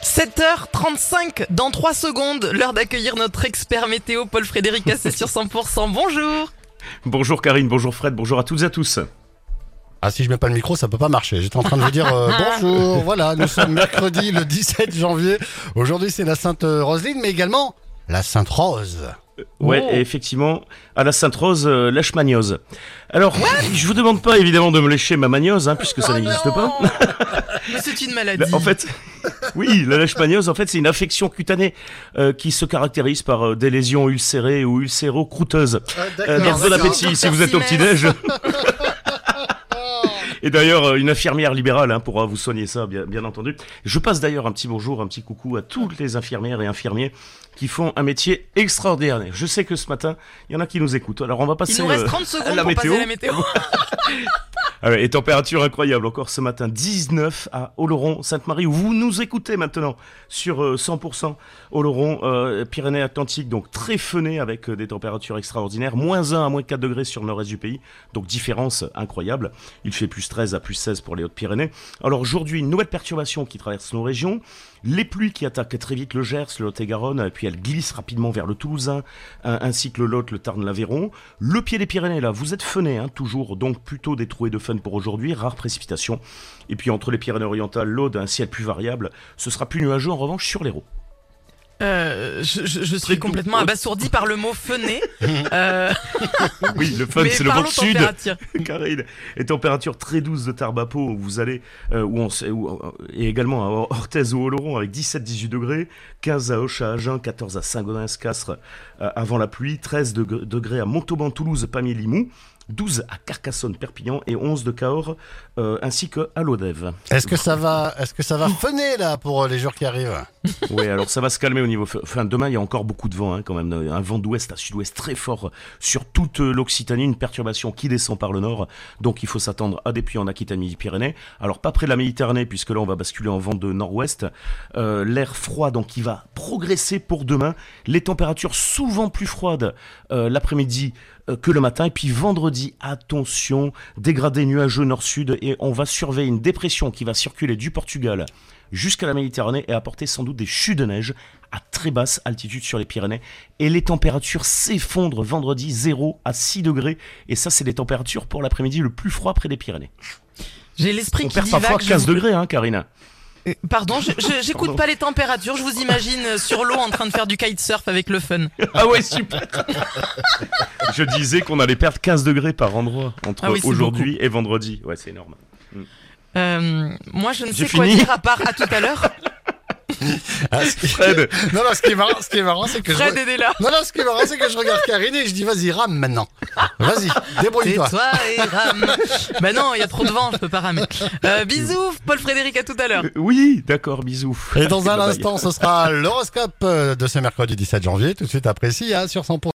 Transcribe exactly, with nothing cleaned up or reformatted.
sept heures trente-cinq dans trois secondes, l'heure d'accueillir notre expert météo Paul-Frédéric Cassé sur cent pour cent. Bonjour. Bonjour Karine, bonjour Fred, bonjour à toutes et à tous. Ah, si je mets pas le micro, ça peut pas marcher. J'étais en train de vous dire euh, bonjour. Voilà, nous sommes mercredi le dix-sept janvier. Aujourd'hui, c'est la Sainte Roseline, mais également la Sainte Rose. Ouais, Oh. et effectivement, à la Sainte-Rose, euh, lèche-magnose. Alors, je vous demande pas évidemment de me lécher ma magnose, hein, puisque ça Oh n'existe non. pas. Mais c'est une maladie. En fait, oui, la lèche-magnose, en fait, c'est une affection cutanée euh, qui se caractérise par euh, des lésions ulcérées ou ulcéro-croûteuses. Ah, Euh, donc, bon Merci, appétit si vous êtes au docteur petit-déj. Et d'ailleurs, euh, une infirmière libérale hein, pourra vous soigner ça, bien, bien entendu. Je passe d'ailleurs un petit bonjour, un petit coucou à toutes les infirmières et infirmiers qui font un métier extraordinaire. Je sais que ce matin, il y en a qui nous écoutent. Alors, on va passer Il nous reste euh, trente à secondes la pour météo. passer à la météo. Ah ouais, et température incroyable encore ce matin, dix-neuf à Oloron, Sainte-Marie, où vous nous écoutez maintenant sur euh, cent pour cent Oloron, euh, Pyrénées-Atlantiques, donc très feuné avec euh, des températures extraordinaires, moins un à moins quatre degrés sur le nord-est du pays, donc différence incroyable. Il fait plus treize à plus seize pour les Hautes-Pyrénées. Alors aujourd'hui, une nouvelle perturbation qui traverse nos régions, les pluies qui attaquent très vite le Gers, le Lot-et-Garonne, puis elles glissent rapidement vers le Toulousain, hein, ainsi que le Lot, le Tarn, l'Aveyron. Le pied des Pyrénées, là, vous êtes fenés, hein, toujours, donc plutôt des trouées de fun pour aujourd'hui, rares précipitations. Et puis entre les Pyrénées-Orientales, l'Aude, un ciel plus variable, ce sera plus nuageux en revanche sur l'Hérault. Euh, je, je, je suis Très complètement doux. abasourdi par le mot fenêtre. Euh, Oui, le fun, mais c'est le parlons vent sud. température. Karine, et température très douce de Tarbapo où vous allez, euh, où on, sait- où, euh, et également à Orthez ou Oloron avec dix-sept à dix-huit degrés, quinze à Auch, à Agen, quatorze à Saint-Gaudens-Castres euh, avant la pluie, treize degrés degrés à Montauban, Toulouse, Pamiers, Limoux, douze à Carcassonne, Perpignan et onze de Cahors, euh, ainsi que à Lodève. Est-ce que ça va, est-ce que ça va fener là pour les jours qui arrivent? Oui, alors ça va se calmer au niveau. Enfin, demain, il y a encore beaucoup de vent, hein, quand même. Un vent d'ouest à sud-ouest très fort sur toute l'Occitanie, une perturbation qui descend par le nord. Donc, il faut s'attendre à des pluies en Aquitaine-Midi-Pyrénées. Alors, pas près de la Méditerranée, puisque là, on va basculer en vent de nord-ouest. Euh, l'air froid, donc, qui va progresser pour demain. Les températures souvent plus froides euh, l'après-midi euh, que le matin. Et puis, vendredi, attention, dégradé nuageux nord-sud. Et on va surveiller une dépression qui va circuler du Portugal jusqu'à la Méditerranée et apporter sans doute des chutes de neige à très basse altitude sur les Pyrénées. Et les températures s'effondrent vendredi, zéro à six degrés. Et ça, c'est des températures pour l'après-midi le plus froid près des Pyrénées. J'ai l'esprit On qui perd divague. parfois je quinze vous- degrés, hein, Karina. Euh, Pardon, je, je- j'écoute Pardon. pas les températures. Je vous imagine sur l'eau en train de faire du kitesurf avec le fun. Ah ouais, super. Je disais qu'on allait perdre quinze degrés par endroit entre Ah oui, c'est aujourd'hui et vendredi. Ouais, c'est énorme. Euh, moi, je ne sais J'ai quoi fini. dire à part à tout à l'heure. Ah, ce qui- Fred, Non, non, ce qui est marrant, ce qui est marrant, c'est que je... Fred, aidez-la. Non, non, ce qui est marrant, c'est que je regarde Karine et je dis vas-y, rame maintenant. Vas-y, débrouille-toi. Tais-toi et rame. Bah non, il y a trop de vent, je peux pas ramer. Euh, bisous, Paul-Frédéric, à tout à l'heure. oui, d'accord, bisous. Et dans un Bye bye. instant, ce sera l'horoscope de ce mercredi dix-sept janvier, tout de suite après ci, hein, sur cent pour cent.